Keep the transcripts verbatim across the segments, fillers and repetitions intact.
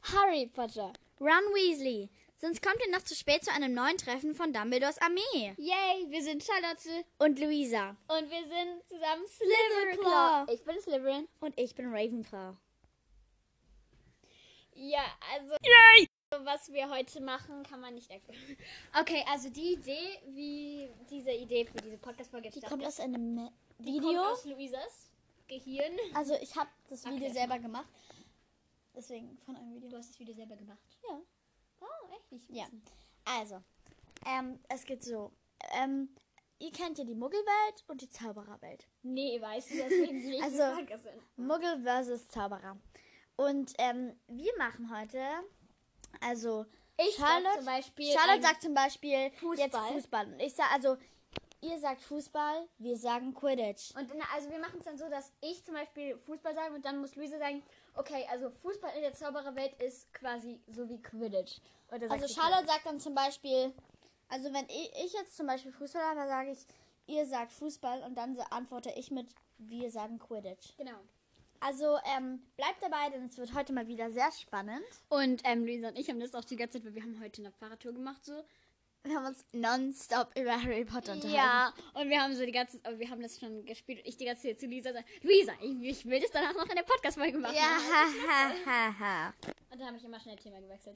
Harry Potter, Ron Weasley. Sonst kommt ihr noch zu spät zu einem neuen Treffen von Dumbledores Armee. Yay, wir sind Charlotte Und Luisa. und wir sind zusammen Slytherin. Ich bin Slytherin. Und ich bin Ravenclaw. Ja, also Yay! was wir heute machen, kann man nicht erklären. Okay, also die Idee, wie diese Idee für diese Podcast-Folge Die entstanden kommt aus ist, einem Me- die Video. kommt aus Luisas Gehirn. Also ich habe das Video Okay. selber gemacht. Deswegen von einem Video. Du hast das Video selber gemacht. Ja. Oh, echt? Nicht Ja. wissen. Also, ähm, es geht so. Ähm, ihr kennt ja die Muggelwelt und die Zaubererwelt. Nee, weißt du, deswegen will ich Also, die Podcast enden. Muggel versus Zauberer. Und ähm, wir machen heute, also Ich Charlotte, sag zum Beispiel, Charlotte ähm, sagt zum Beispiel Fußball. jetzt Fußball. Und ich sag, also ihr sagt Fußball, wir sagen Quidditch. Und in, also wir machen es dann so, dass ich zum Beispiel Fußball sage und dann muss Luisa sagen, okay, also Fußball in der Zaubererwelt ist quasi so wie Quidditch. Oder sagt Also sie Charlotte sagt dann zum Beispiel, also wenn ich, ich jetzt zum Beispiel Fußball habe, dann sage ich, ihr sagt Fußball und dann so antworte ich mit, wir sagen Quidditch. Genau. Also ähm, bleibt dabei, denn es wird heute mal wieder sehr spannend. Und ähm, Luisa und ich haben das auch die ganze Zeit, weil wir haben heute eine Fahrradtour gemacht so. Wir haben uns nonstop über Harry Potter unterhalten. Ja, und wir haben so die ganze oh, wir haben das schon gespielt und ich die ganze Zeit zu Luisa sagen, Luisa, ich, ich will das danach noch in der Podcast-Folge machen. Ja, ha, ha, ha, ha. Und dann habe ich immer schnell Thema gewechselt.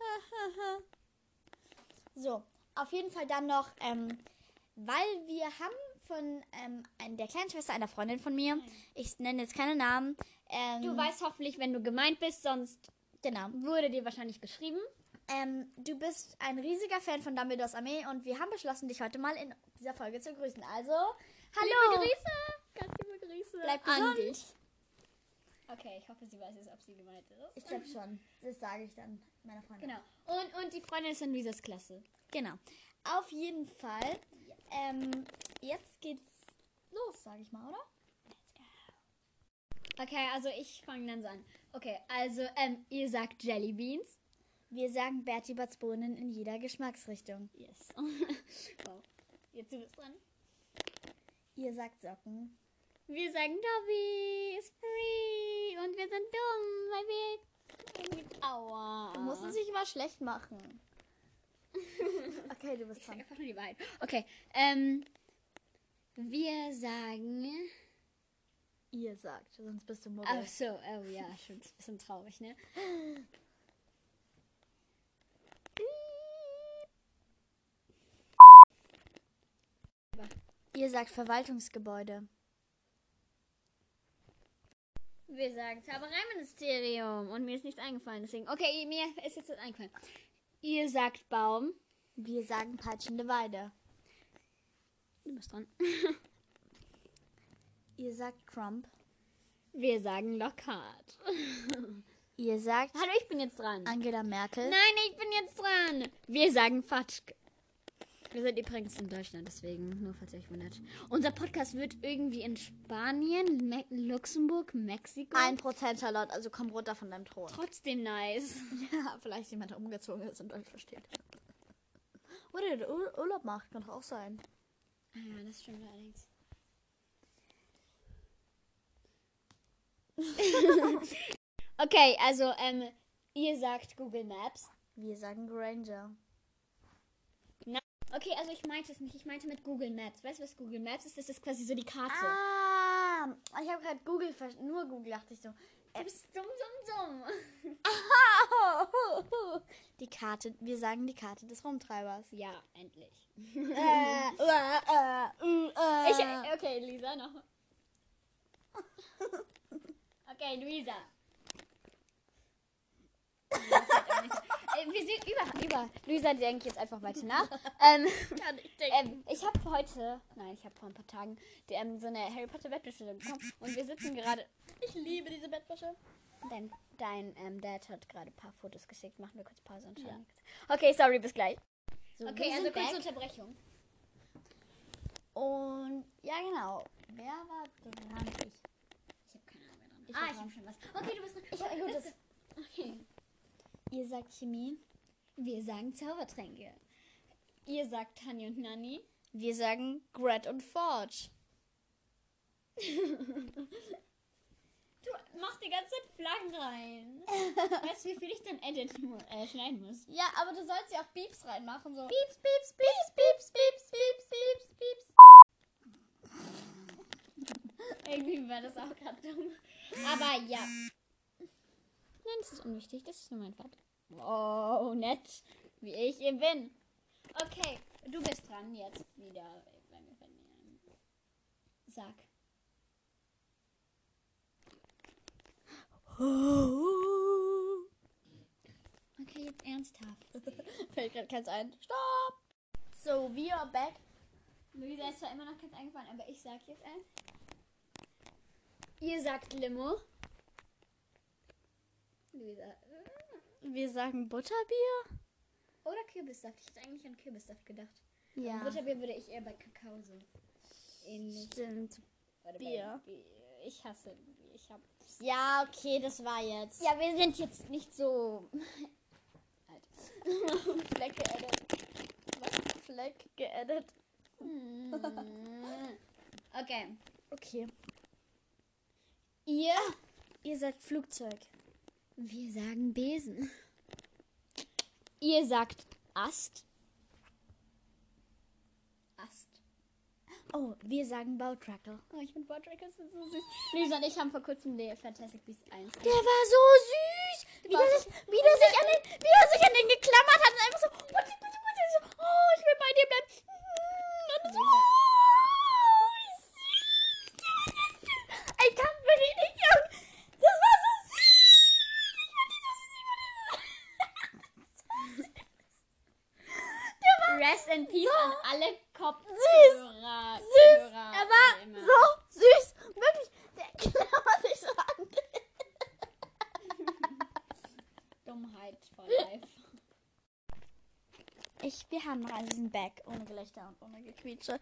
So, auf jeden Fall dann noch, ähm, weil wir haben von ähm, ein- der kleinen Schwester einer Freundin von mir, ich nenne jetzt keine Namen, ähm, Du weißt hoffentlich, wenn du gemeint bist, sonst genau, wurde dir wahrscheinlich geschrieben. ähm, du bist ein riesiger Fan von Dumbledores Armee und wir haben beschlossen, dich heute mal in dieser Folge zu grüßen. Also, hallo! Liebe Grüße! Ganz liebe Grüße Bleib an gesund. dich. Okay, ich hoffe, sie weiß jetzt, ob sie gemeint ist. Ich glaube schon, das sage ich dann meiner Freundin. Genau. Und, und die Freundin ist in Luisas Klasse. Genau. Auf jeden Fall, ähm, jetzt geht's los, sage ich mal, oder? Okay, also ich fange dann so an. Okay, also ähm, ihr sagt Jelly Beans. Wir sagen Bertie Botts Bohnen in jeder Geschmacksrichtung. Yes. Wow. Jetzt du bist dran. Ihr sagt Socken. Wir sagen Dobby ist free und wir sind dumm, weil wir irgendwie aua. Du musst es nicht immer schlecht machen. Okay, du bist Ich sag dran. einfach nur die Wahrheit. Okay, ähm, wir sagen. Ihr sagt, sonst bist du Muggel. Ach so, oh ja, schon ein bisschen traurig, ne? Ihr sagt Verwaltungsgebäude. Wir sagen Zaubereiministerium und mir ist nichts eingefallen, deswegen. Okay, mir ist jetzt was eingefallen. Ihr sagt Baum. Wir sagen peitschende Weide. Du bist dran. Ihr sagt Crump. Wir sagen Lockhart. Ihr sagt Hallo, ich bin jetzt dran. Angela Merkel. Nein, ich bin jetzt dran. Wir sagen Fatschke. Wir sind übrigens in Deutschland, deswegen, nur falls ihr euch wundert. Unser Podcast wird irgendwie in Spanien, Me Luxemburg, Mexiko. Ein Prozent Charlotte, also komm runter von deinem Thron. Trotzdem nice. Ja, vielleicht jemand, der umgezogen ist und Deutsch versteht. Oder der Ur Urlaub macht, kann doch auch sein. Ah ja, das stimmt allerdings. Okay, also, ähm, ihr sagt Google Maps. Wir sagen Granger. Okay, also ich meinte es nicht. Ich meinte mit Google Maps. Weißt du, was Google Maps ist? Das ist quasi so die Karte. Ah, ich habe gerade Google, ver- nur Google dachte ich so. Du bist dumm, dumm, dumm. Die Karte, wir sagen die Karte des Rumtreibers. Ja, endlich. äh, äh, äh, äh. Ich, äh, okay, Lisa, noch. Okay, Luisa. Äh, wir sind über, über. Luisa denkt jetzt einfach weiter nach. Ähm, Kann ich denken. ähm, ich habe heute, nein, ich habe vor ein paar Tagen die, ähm, so eine Harry Potter Bettbestellung bekommen und wir sitzen gerade. Ich liebe diese Bettwäsche. Dein, dein ähm, Dad hat gerade ein paar Fotos geschickt. Machen wir kurz Pause und schauen. Okay, sorry, bis gleich. So, Okay, wir also sind kurze back. Unterbrechung. Und ja, genau. Wer war dran? Ich. Ich habe keine Ahnung mehr dran. Ich ah, war ich dran. habe schon was. Okay, du bist dran. Ich- ich hol das. Okay. Ihr sagt Chemie. Wir sagen Zaubertränke. Ihr sagt Tanja und Nanni. Wir sagen Gret und Forge. Du machst die ganze Zeit Flaggen rein. Weißt du, wie viel ich dann editen, äh, schneiden muss? Ja, aber du sollst ja auch Beeps reinmachen. So. Pieps, pieps, pieps, pieps, pieps, pieps, pieps, pieps. Irgendwie war das auch gerade dumm. Aber ja. Nein, das ist unwichtig. Das ist nur mein Vater. Oh, nett. Wie ich eben bin. Okay, du bist dran jetzt wieder. Sag. Okay, jetzt ernsthaft. Fällt gerade keins ein. Stopp! So, we are back. Luisa ist zwar immer noch keins eingefallen, aber ich sag jetzt eins. Ihr sagt Limo. Luisa. Wir sagen Butterbier. Oder Kürbissaft. Ich hätte eigentlich an Kürbissaft gedacht. Ja. Butterbier würde ich eher bei Kakao so ähnlich. Stimmt. Oder Bier. Bei, ich hasse Bier. Ich hab. Ja, okay, das war jetzt. Ja, wir sind jetzt nicht so. Alt. Fleck geedit. Was? Fleck geedit. Hm. Okay. Okay. Ihr. Ihr sagt Flugzeug. Wir sagen Besen. Ihr sagt Ast. Ast. Oh, wir sagen Bautrackle. Oh, ich bin Bautrackle, das ist so süß. Lisa und ich haben vor kurzem die Fantastic Beasts eins. Der war so süß. Wie der, sich, wie, der sich an den, wie der sich an den geklammert hat und einfach so, bitte, bitte, bitte, so, oh, ich will bei dir bleiben. Und so, oh, wie süß. Der war so süß. Ich kann mir die nicht sagen. Das war so süß. Ich fand die so süß. Ich fand die so süß. Der war Rest in Peace so an alle Kopfhörer. süß. Hörer, Er war wie immer. so süß. Wirklich. Der klammert sich so an. Dummheit for life. Ich, wir haben noch einen diesen Bag ohne Gelächter und ohne Gequietsche.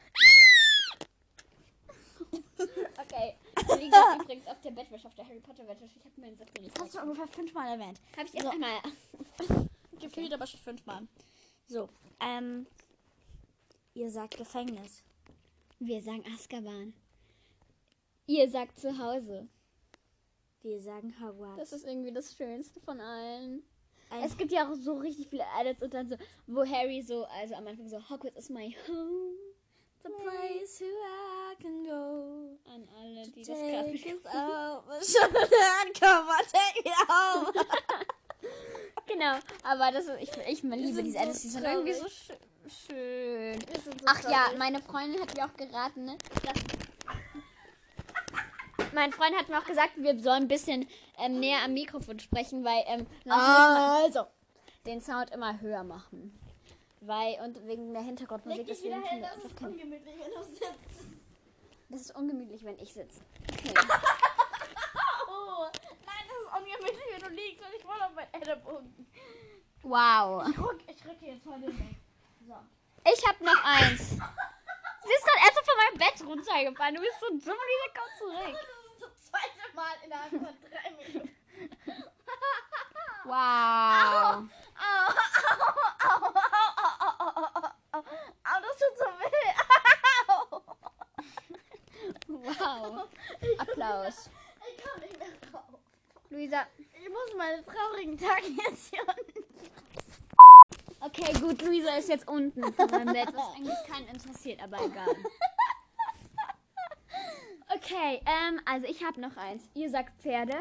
Okay. Die liegt auch übrigens auf der Bettwäsche, auf der Harry Potter Bettwäsche. Ich habe meinen Sattel nicht Das hast du ungefähr fünfmal erwähnt. Habe ich erst So. einmal. Gefühlt aber schon fünfmal. So, ähm, ihr sagt Gefängnis. Wir sagen Azkaban. Ihr sagt zu Hause. Wir sagen Hogwarts. Das ist irgendwie das Schönste von allen. Ein Es gibt ja auch so richtig viele Edits und dann so, wo Harry so, also am Anfang so, Hogwarts is my home. the place where I can go. An alle, die das gerade Take nicht us over, shoulder, come on, take me home. Genau, aber das ist, ich, ich liebe sind diese so Edits, die sind irgendwie so traurig. sch schön. Wir sind so Ach ja, traurig. meine Freundin hat mir auch geraten, ne? Dass mein Freund hat mir auch gesagt, wir sollen ein bisschen ähm, näher am Mikrofon sprechen, weil ähm, sonst müssen wir Also, den Sound immer höher machen. Weil, und wegen der Hintergrundmusik, leg dich wieder deswegen hin, können wir das ist einfach keine- ungemütlich, wenn du sitzt. das ist ungemütlich, wenn ich sitze. Okay. Oh, nein, das ist ungemütlich, wenn du liegst und ich wollte auf meinen Ellenbogen. Wow. Ich rück, ich rücke jetzt heute weg. So. Ich hab noch eins. Sie ist gerade erst von meinem Bett runtergefallen. Du bist so dumm, Lisa, komm zurück. Das zweite Mal innerhalb von drei Minuten. Wow. Au, au, au, au, au, au, au, au, au, das tut so weh. Au. Wow. Applaus. Ich komm nicht mehr raus. Luisa. Ich muss meine traurigen Tage jetzt hier unten. Okay, gut, Luisa ist jetzt unten von meinem Bett, was eigentlich keinen interessiert, aber egal. Okay, ähm, also ich habe noch eins. Ihr sagt Pferde.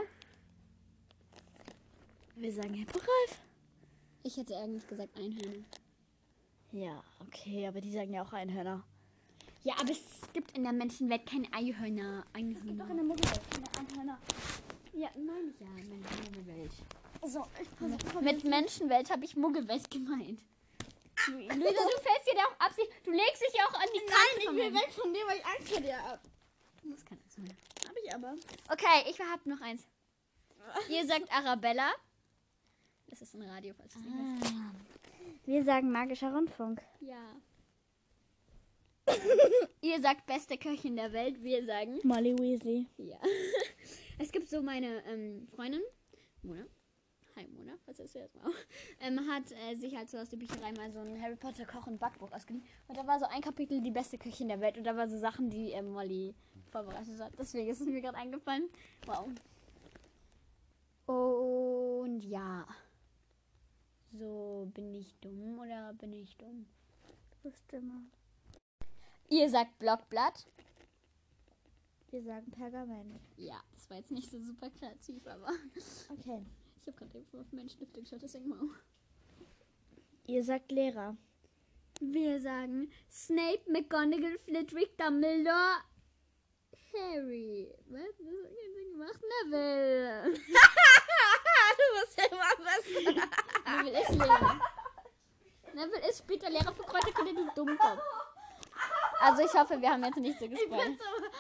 Wir sagen Hippogreif. Ich hätte eigentlich gesagt Einhörner. Ja, okay, aber die sagen ja auch Einhörner. Ja, aber es gibt in der Menschenwelt keine Einhörner. Es gibt auch in Einhörner. der Muggelwelt keine Einhörner. Ja, meine ich ja, Menschenwelt. So, ich versuche Mit Menschenwelt habe ich Muggelwelt gemeint. Luisa, du fällst dir da auch Absicht. Du legst dich ja auch an die Kante. Nein, ich von will meinem- weg von dem, weil ich Angst vor dir hab. Das kann das sein. Hab ich aber. Okay, ich habe noch eins. Ihr sagt Arabella. Das ist ein Radio, falls du es nicht weißt. Wir sagen magischer Rundfunk. Ja. Ihr sagt beste Köchin der Welt. Wir sagen Molly Weasley. ja. Es gibt so meine ähm, Freundin, Mona. Hi Mona, was ist jetzt mal? Ähm, hat äh, sich halt so aus der Bücherei mal so ein Harry Potter Koch- und Backbuch ausgeliehen. Und da war so ein Kapitel, die beste Köchin der Welt. Und da war so Sachen, die ähm, Molly vorbereitet hat. Deswegen ist es mir gerade eingefallen. Wow. Und ja. So, bin ich dumm oder bin ich dumm? Bestimme. Ihr sagt Blockblatt. Wir sagen Pergament. Ja, das war jetzt nicht so super kreativ, aber Okay. ich habe gerade eben auf meinen Stift geschaut, deswegen wow. Ihr sagt Lehrer. Wir sagen Snape, McGonagall, Flitwick, Dumbledore, Harry. Was? Was hat ihr denn gemacht? Neville. Du musst ja immer was. Neville ist Lehrer. Neville ist später Lehrer für Kräuterkunde, du Dummkopf. Also ich hoffe, wir haben jetzt nicht so gespoilt.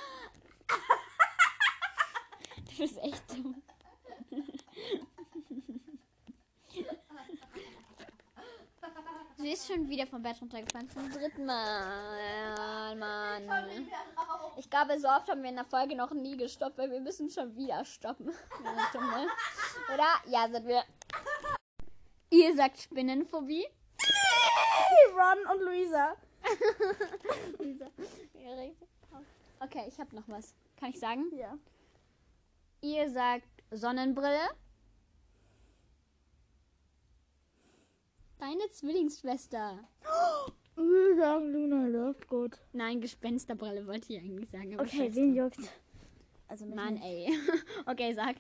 Du bist echt dumm. Sie ist schon wieder vom Bett runtergefallen. Zum dritten Mal. Mann. Ich glaube, so oft haben wir in der Folge noch nie gestoppt, weil wir müssen schon wieder stoppen. Wir sind dumm, ne? Oder? Ja, sind wir. Ihr sagt Spinnenphobie. Ron und Luisa. Lisa. Okay, ich habe noch was. Kann ich sagen? Ja. Ihr sagt Sonnenbrille. Deine Zwillingsschwester. Wir sagen Luna Lovegood. Nein, Gespensterbrille wollte ich eigentlich sagen. Aber Okay, Schwester. wen juckt? Also mich Mann, nicht. ey. Okay, sag.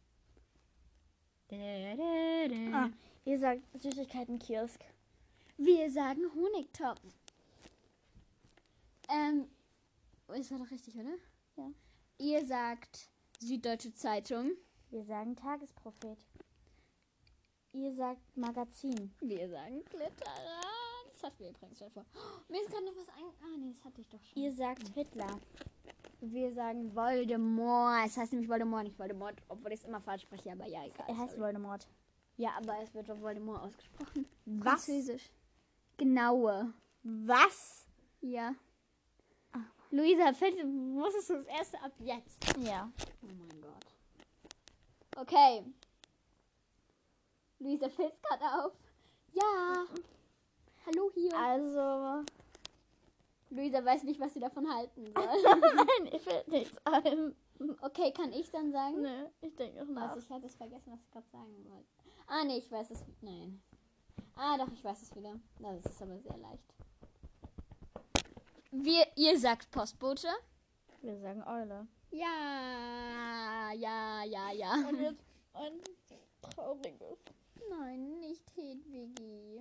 Ah, ihr sagt Süßigkeiten-Kiosk. Wir sagen Honigtopf. Ähm, ist das doch richtig, oder? Ja. Ihr sagt Süddeutsche Zeitung. Wir sagen Tagesprophet. Ihr sagt Magazin. Wir sagen Glitterer. Das hatten wir übrigens schon vor. Oh, mir ist gerade noch was ein... Ah, nee, das hatte ich doch schon. Ihr sagt Hitler. Wir sagen Voldemort. Es heißt nämlich Voldemort, nicht Voldemort, obwohl ich es immer falsch spreche, aber ja, egal. Er heißt sorry. Voldemort. Ja, aber es wird doch Voldemort ausgesprochen. Was? Französisch. Genaue. Was? Ja. Luisa, fällt, wusstest du das erste ab jetzt? Ja. Oh mein Gott. Okay. Luisa fällt gerade auf. Ja. Hallo hier. Also. Luisa weiß nicht, was sie davon halten soll. Nein, mir fällt nichts ein. Okay, kann ich dann sagen? Nee, ich denke auch nach. Also ich hatte es vergessen, was ich gerade sagen wollte. Ah, nee, ich weiß es. Nein. Ah, doch, ich weiß es wieder. Das ist aber sehr leicht. Wir, ihr sagt Postbote. Wir sagen Eule. Ja, ja, ja, ja. Und jetzt ein trauriges. Nein, nicht Hedwigi.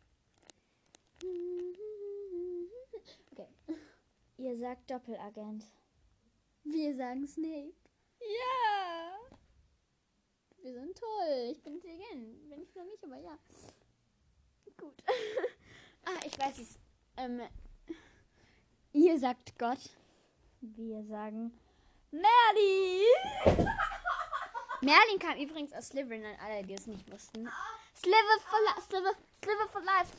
Okay. Ihr sagt Doppelagent. Wir sagen Snape. Ja. Wir sind toll. Ich bin intelligent. Bin ich noch nicht, aber ja. Gut. Ah, ich weiß es. Ähm, ihr sagt Gott. Wir sagen Merlin. Merlin kam übrigens aus Slytherin, an alle, die es nicht wussten. Sliver for life. Sliver, Sliver for life.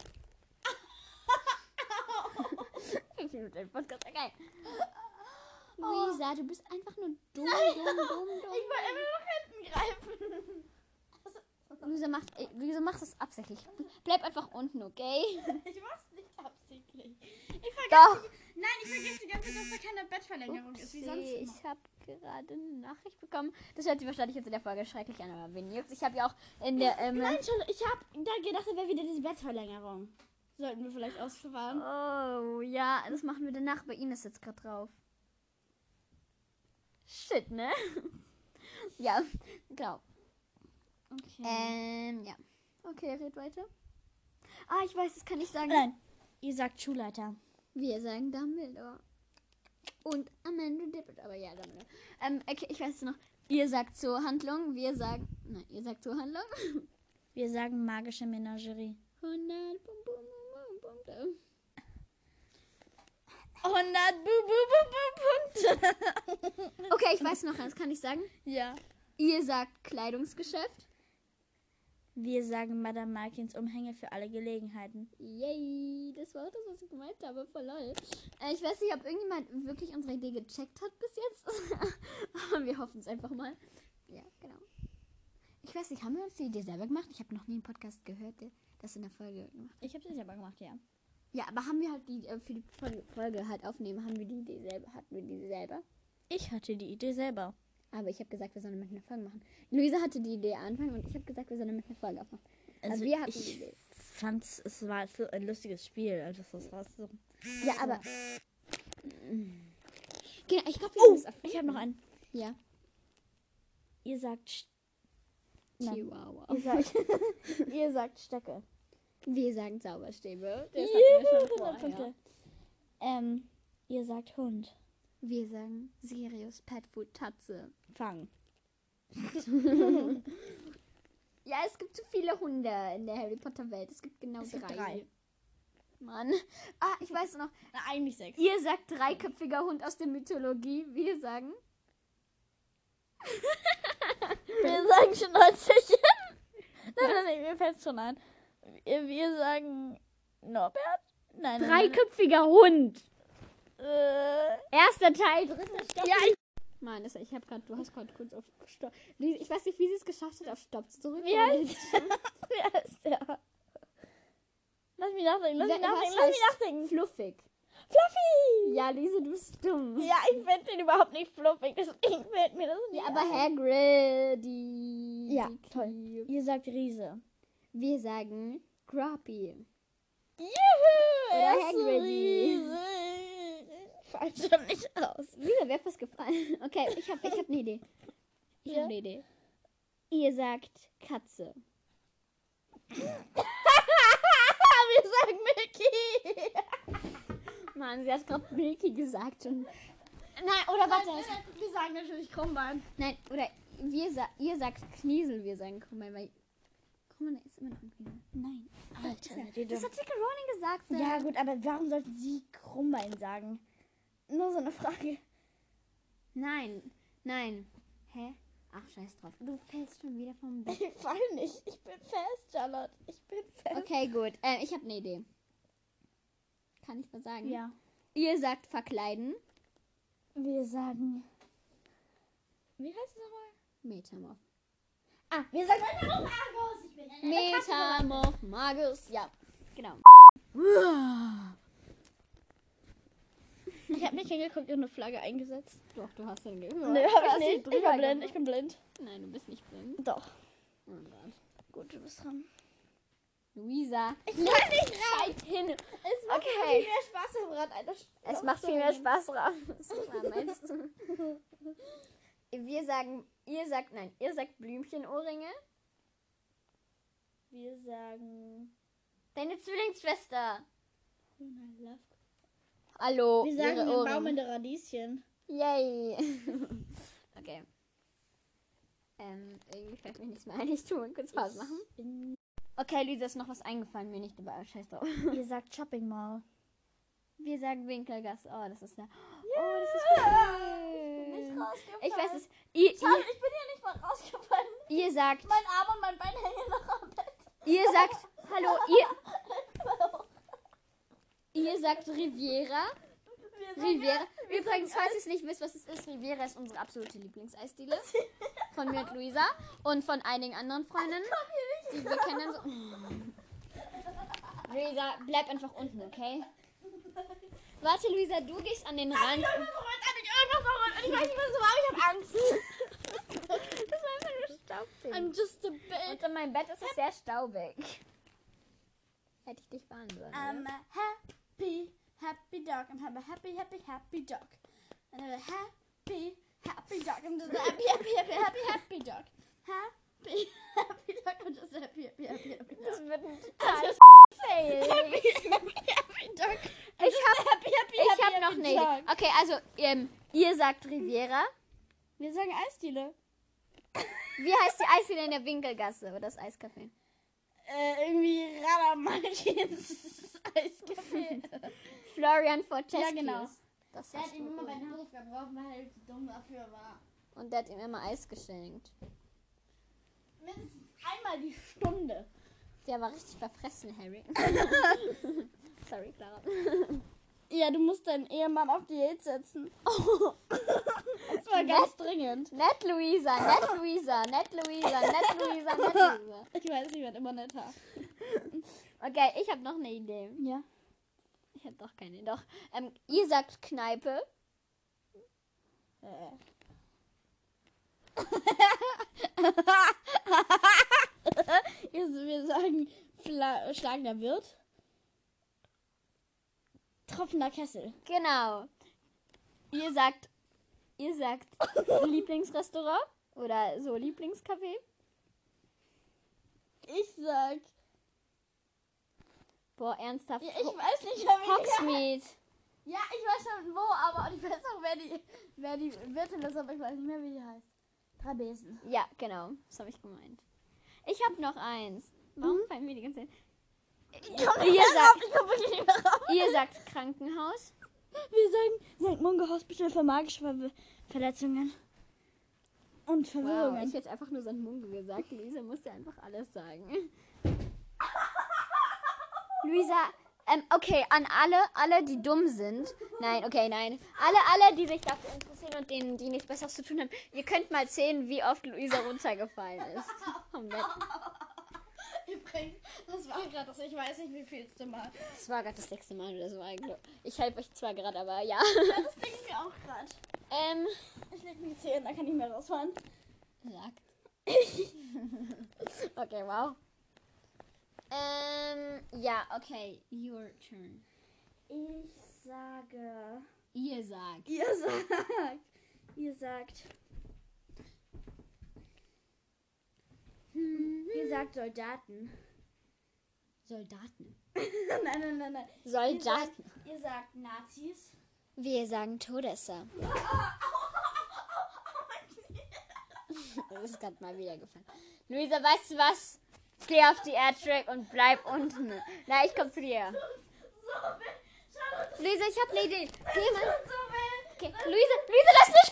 Ich finde den Podcast geil. Luisa, du bist einfach nur dumm, dumm, dumm, dumm. Ich wollte immer nach hinten greifen. Luisa macht, äh, Luisa macht das absichtlich. Bleib einfach unten, okay? Ich mach's nicht absichtlich. Ich vergesse Doch. Die, nein, ich vergesse die ganze Zeit, dass da keine Bettverlängerung ist, wie sonst Upsi, immer. ich habe gerade eine Nachricht bekommen. Das hört sich wahrscheinlich jetzt in der Folge schrecklich an, aber wen juckt's? Ich habe ja auch in der... Ähm, Nein, schon, ich hab da gedacht, da wäre wieder diese Bettverlängerung. Sollten wir vielleicht ausfahren? Oh, ja, das machen wir danach. Bei Ihnen ist jetzt gerade drauf. Shit, ne? Ja, genau. Okay. Ähm, ja. Okay, red weiter. Ah, ich weiß, das kann ich sagen. Nein, ihr sagt Schulleiter. Wir sagen Dumbledore. Und Amanda Dippet, aber ja, Dumbledore. Ähm, okay, ich weiß es noch. Ihr sagt zur Handlung, wir sagen... Nein, ihr sagt zur Handlung. Wir sagen magische Menagerie. hundert Bum, Bum, Bum, Bum, Punkte. hundert Bu-Bu-Bu-Bu-Punkte. Okay, ich weiß noch, das kann ich sagen. Ja. Ihr sagt Kleidungsgeschäft. Wir sagen Madame Malkins Umhänge für alle Gelegenheiten. Yay, das war auch das, was ich gemeint habe. Voll lol. Äh, ich weiß nicht, ob irgendjemand wirklich unsere Idee gecheckt hat bis jetzt. Aber wir hoffen es einfach mal. Ja, genau. Ich weiß nicht, haben wir uns die Idee selber gemacht? Ich habe noch nie einen Podcast gehört, der das in der Folge gemacht hat. Ich habe sie selber gemacht, ja. Ja, aber haben wir halt die, äh, für die Folge, Folge halt aufnehmen, haben wir die Idee selber, hatten wir die selber? Ich hatte die Idee selber. Aber ich habe gesagt, wir sollen mit einer Folge machen. Luisa hatte die Idee anfangen und ich habe gesagt, wir sollen mit einer Folge aufmachen. Also, also wir hatten die Idee. Ich fand es war so ein lustiges Spiel, als das rausgesucht. Ja, aber... Genau, ich glaube, wir Oh, haben es auf ich habe noch einen. Ja. Ihr sagt... Nein. Chihuahua. Ihr sagt, ihr sagt Stöcke. Wir sagen Zauberstäbe. Das Juhu, hatten wir schon hundert vorher. Punkte. Ähm, ihr sagt Hund. Wir sagen Sirius, Petfood, Tatze. Fang. Ja, es gibt zu viele Hunde in der Harry Potter Welt. Es gibt genau Es gibt drei. drei. Mann. Ah, ich weiß noch. Na, eigentlich sechs. Ihr sagt dreiköpfiger Hund aus der Mythologie. Wir sagen... Wir sagen schon neunzig. Nein, nein, nein, mir fällt schon ein. Wir, wir sagen Norbert? Nein, nein, Dreiköpfiger Hund. nein. Äh, Erster Teil, dritter Stopp. ja, ich, Mann, das, ich habe gerade, du hast gerade kurz auf Stopp. Ich weiß nicht, wie sie es geschafft hat, auf Stopp zu drücken. wie heißt Wer ist der? Lass mich nachdenken, lass Wer- mich nachdenken, was lass mich heißt nachdenken. Fluffig. Fluffy! Ja, Lise, du bist dumm. Ja, ich finde den überhaupt nicht fluffig, deswegen fällt mir das nicht Ja, aber ein. Hagrid, die... Ja, die toll. Cute. Ihr sagt Riese. Wir sagen Grumpy. Juhu! Oder er ist Hagrid. Riese. Fällt schon nicht aus. Lisa, wer hat was gefallen? Okay, ich habe ich hab eine Idee. Ich Ja? habe eine Idee. Ihr sagt Katze. Wir sagen Mickey. Mann, sie hat gerade Milky gesagt. Und nein, oder warte. Wir sagen natürlich Krummbein. Nein, oder wir sa ihr sagt Kniesel, wir sagen Krummbein, weil Krummbein ist immer noch ein Kniesel. Nein. Alter, Das hat J K. Rowling gesagt. Ne? ja gut, aber warum sollten Sie Krummbein sagen? Nur so eine Frage. Nein, nein. Hä? Ach, scheiß drauf. Du fällst schon wieder vom Bett. Ich fall nicht. Ich bin fest, Charlotte. Ich bin fest. Okay, gut. Äh, ich habe eine Idee. Kann ich mal sagen? Ja. Ihr sagt verkleiden. Wir sagen... Wie heißt es nochmal? Metamorph. Ah, wir sagen Metamorph. Ich bin eine Katze. Metamorph Magus. Ja, genau. Ich habe nicht hingeguckt und eine Flagge eingesetzt. Doch, du hast den gehört. Nö, Du hab hast ich die nicht. Ich drüber bin blind. gemacht. Ich bin blind. Nein, du bist nicht blind. Doch. Oh Gott. Gut, du bist dran. Luisa. Ich kann nicht Halt hin. Es macht Okay. viel mehr Spaß, im Rad eine Es macht viel mehr Spaß drauf. Was meinst du? Wir sagen, ihr sagt, nein, ihr sagt Blümchenohrringe. Wir sagen... Deine Zwillingsschwester. Grüner Love. Hallo, Wir sagen ihre den Ohrringe. Baum in der Radieschen. Yay. Okay. Ähm, irgendwie fällt mir nichts mehr ein. Ich tue mal kurz Pause machen. Bin- Okay, Lisa, ist noch was eingefallen, mir nicht dabei. Scheiß drauf. Ihr sagt Shopping Mall. Wir sagen Winkelgasse. Oh, das ist ja. Oh, das ist schön. Nicht rausgefallen. Ich weiß es. Ihr, Schade, ihr, ich bin hier nicht mal rausgefallen. ihr sagt. Mein Arm und mein Bein hängen noch am Bett. Ihr sagt. Hallo, ihr. Ihr sagt Riviera. Wir sagen- Riviera. Übrigens, falls ihr es nicht wisst, was es ist, Riviera ist unsere absolute Lieblingseisdiele. Von mir und Luisa. Und von einigen anderen Freundinnen, die wir kennen. So. Luisa, bleib einfach unten, okay? Warte, Luisa, du gehst an den Rand. Ich weiß nicht, was es war, ich hab Angst. Das war einfach nur staubig. I'm just a bit. Und in meinem Bett ist es sehr staubig. Hätte ich dich warnen sollen. I'm oder? a happy, happy dog. I'm a happy, happy, happy dog. I'm a happy, happy dog. I'm just a happy, happy, happy, happy, happy dog. Happy, happy dog. I'm just a happy, happy, happy, happy Das dog. wird ein total Fail. Happy, happy, happy dog. Ich hab, Happy, happy, ich happy, hab noch happy eine Idee. dog. Okay, also, ähm, ihr sagt Riviera. Wir sagen Eisdiele. Wie heißt die Eisdiele in der Winkelgasse oder das Eiscafé? Äh, irgendwie Radamalkins Eiscafé. Florian Fortescue. Ja, genau. Das Der hast hat du ihm immer gut. meine Hausaufgaben gebraucht, weil er zu dumm dafür war. Und der hat ihm immer Eis geschenkt. Mindestens einmal die Stunde. Der war richtig verfressen, Harry. Sorry, Clara. Ja, du musst deinen Ehemann auf Diät setzen. Das war ganz dringend. Nett Luisa, nett Luisa, nett Luisa, nett Luisa, nett Luisa. Ich weiß, ich werde immer netter. Okay, ich habe noch eine Idee. Ja. Ich habe doch keine. Doch. Ähm, ihr sagt Kneipe. Äh. Wir sagen Fla schlagender Wirt. Tropfender Kessel. Genau. Ihr sagt, ihr sagt Lieblingsrestaurant oder so Lieblingscafé. Ich sag. Boah, ernsthaft. Ja, ich weiß nicht, wer Hogsmeade. Ja, ich weiß schon wo, aber ich weiß auch, wer die, wer die Wirtin ist, aber ich weiß nicht mehr, wie die heißt. Drei Besen. Ja, genau. Das habe ich gemeint. Ich habe noch eins. Warum fallen mir die ganze Zeit? Ihr sagt, Ich komm wirklich nicht mehr raus. ihr sagt Krankenhaus. Wir sagen Sankt Mungo Hospital für magische Ver Verletzungen. Und Wow, Verwirrungen. ich hätte einfach nur Sankt Mungo gesagt. Luisa musste einfach alles sagen. Luisa, ähm, okay, an alle, alle, die dumm sind. Nein, okay, nein. Alle, alle, die sich dafür interessieren und denen, die nichts Besseres zu tun haben. Ihr könnt mal sehen, wie oft Luisa runtergefallen ist. Vom Bett. Übrigens, das war gerade das, ich weiß nicht, wie vielste Mal. Das war gerade das sechste Mal oder so eigentlich. Ich helfe euch zwar gerade, aber ja. Ja, das denke ich mir auch gerade. Ähm, Ich leg mir die Zähne, da kann ich mehr rausfahren. sagt. Okay, wow. Ähm, ja, okay. Your turn. Ich sage. Ihr sagt. Ihr sagt. Ihr sagt. Ihr sagt Soldaten. Soldaten. nein, nein, nein, nein. Ihr Soldaten. sagt, ihr sagt Nazis. Wir sagen Todesser. Das ist gerade mal wieder gefallen. Luisa, weißt du was? Geh auf die Airtrack und bleib unten. Na, ich komm zu dir. Luisa, ich hab eine Idee. Geh mal. Okay. Luisa, Luisa, lass eine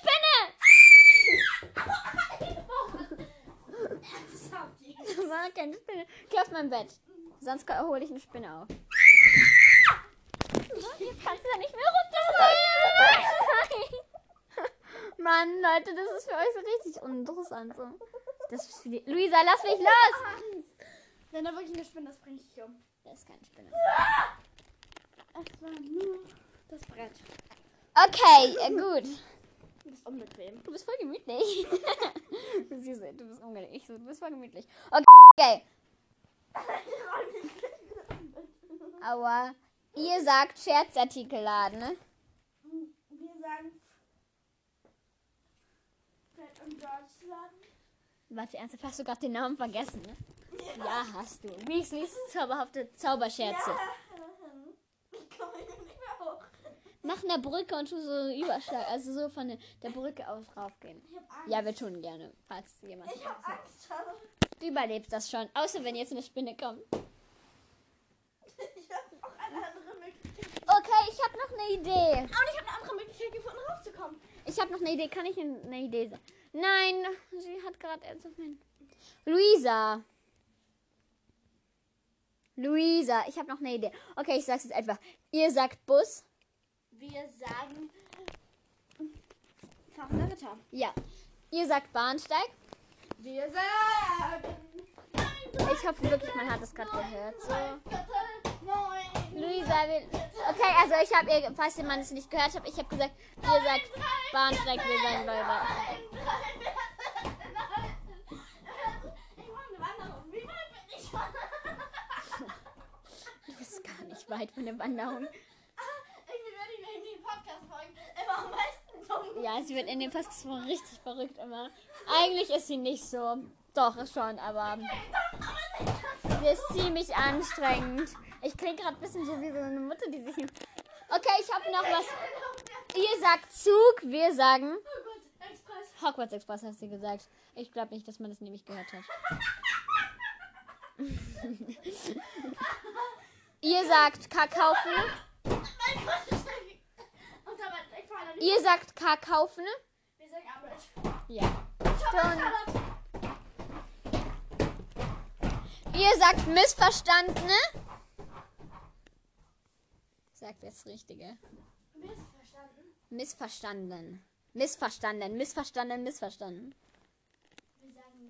Spinne! Das war keine Spinne. Geh auf mein Bett. Sonst hole ich eine Spinne auf. So, jetzt kannst du da nicht mehr runterfallen. Mann, Leute, das ist für euch so richtig uninteressant. So. Das ist für die... Luisa, lass mich los! Wenn da wirklich eine Spinne ist, bringe ich dich um. Das ist keine Spinne. Es war nur das Brett. Okay, äh, gut. Du bist unbequem. Du bist voll gemütlich. Siehst du, du bist ungemütlich. So, du bist voll gemütlich. Okay. Aua. Ihr sagt Scherzartikelladen, ne? Wir sagen Fred und George Laden. Warte, ernsthaft, hast du gerade den Namen vergessen, ne? Ja, hast du. Weasleys zauberhafte Zauberscherze. Ich komme nicht mehr hoch. Mach eine Brücke und tu so Überschlag, also so von der, der Brücke aus raufgehen. Ich hab Angst. Ja, wir tun gerne, falls jemand... Ich hab Angst. Du überlebst das schon, außer wenn jetzt eine Spinne kommt. Ich hab noch eine andere Möglichkeit. Okay, ich habe noch eine Idee. Und ich habe eine andere Möglichkeit gefunden, rauszukommen. Ich habe noch eine Idee. Kann ich eine Idee sagen? Nein, sie hat gerade ernsthaft mein... Luisa. Luisa, ich habe noch eine Idee. Okay, ich sag's jetzt einfach. Ihr sagt Bus. Wir sagen fahrender Ritter. Ja. Ihr sagt Bahnsteig. Wir sagen Ich hoffe wirklich, man hat es gerade gehört. So. Moin. Luisa will... Okay, also ich habe ihr, falls jemand es nicht gehört hat, ich habe gesagt, ihr sagt Bahnsteig, wir sagen Leute. Ich mache eine Wanderung. Wie weit bin ich schon? Du bist gar nicht weit von der Wanderung. Irgendwie werde ich wegen den Podcast-Folgen immer am meisten dumm. Ja, sie wird in dem Podcast so richtig verrückt immer. Eigentlich ist sie nicht so. Doch, ist schon, aber sie ist ziemlich anstrengend. Ich klinge gerade ein bisschen so wie so eine Mutter, die sich... Okay, ich habe noch was. Ihr sagt Zug, wir sagen... Oh Gott, Express. Hogwarts Express hast du gesagt. Ich glaube nicht, dass man das nämlich gehört hat. Ihr sagt Kakaufen. Mein Gott, Strecke. Und dabei, ich fahre da nicht. Ihr sagt Kakaufen. Wir sagen Umbridge. Ja. Schon. Schon. Ihr sagt Missverstandene. Sagt das Richtige. Missverstanden. Missverstanden. Missverstanden. Missverstanden. Missverstanden. Wir sagen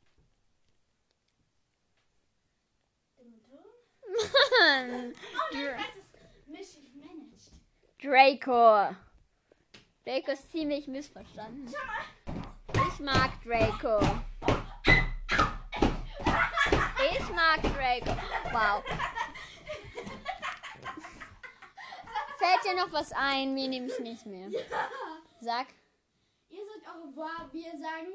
Dementoren. Mann. Oh nein, ich weiß es. Mismanaged. Draco. Draco ist ziemlich missverstanden. Schau mal. Ich Ich mag Draco. Ich mag Draco. Wow. Fällt dir noch was ein? Mir nehme ich nicht mehr. Sag. Ihr sagt au revoir, wir sagen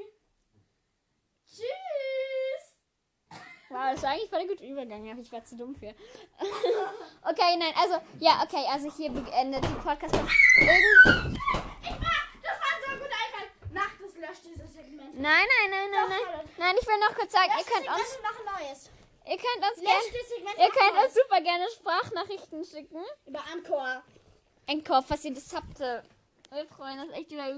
tschüss. Wow, das war eigentlich voll ein guter Übergang, aber ich war zu dumm für. Okay, nein, also, ja, okay, also hier beendet die Podcast. Irgend Ich war, das war so ein guter Einfall. Mach das, löscht dieses Segment. nein, nein, nein, nein, nein. Nein, ich will noch kurz sagen, ihr könnt uns, Mach ein neues. ihr könnt uns Lösch gerne, das Segment. ihr mach könnt ein uns super gerne Sprachnachrichten schicken. neues. Über Anchor. Encore, falls ihr das habt. äh, Wir freuen uns echt über.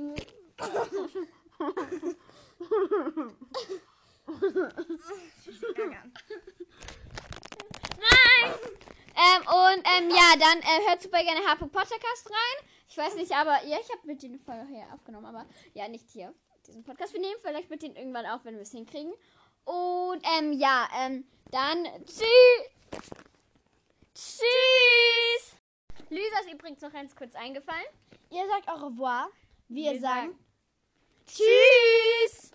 Nein! Ähm, und ähm, ja, dann äh, hört super gerne Harpo Podcast rein. Ich weiß nicht, aber ja, ich habe mit den Folge hier aufgenommen, aber ja, nicht hier diesen Podcast. Wir nehmen vielleicht mit denen irgendwann auf, wenn wir es hinkriegen. Und ähm, ja, ähm, dann tschüss! Tschüss! Lisa ist übrigens noch ganz kurz eingefallen. Ihr sagt au revoir, wir, Wir sagen sagen Tschüss!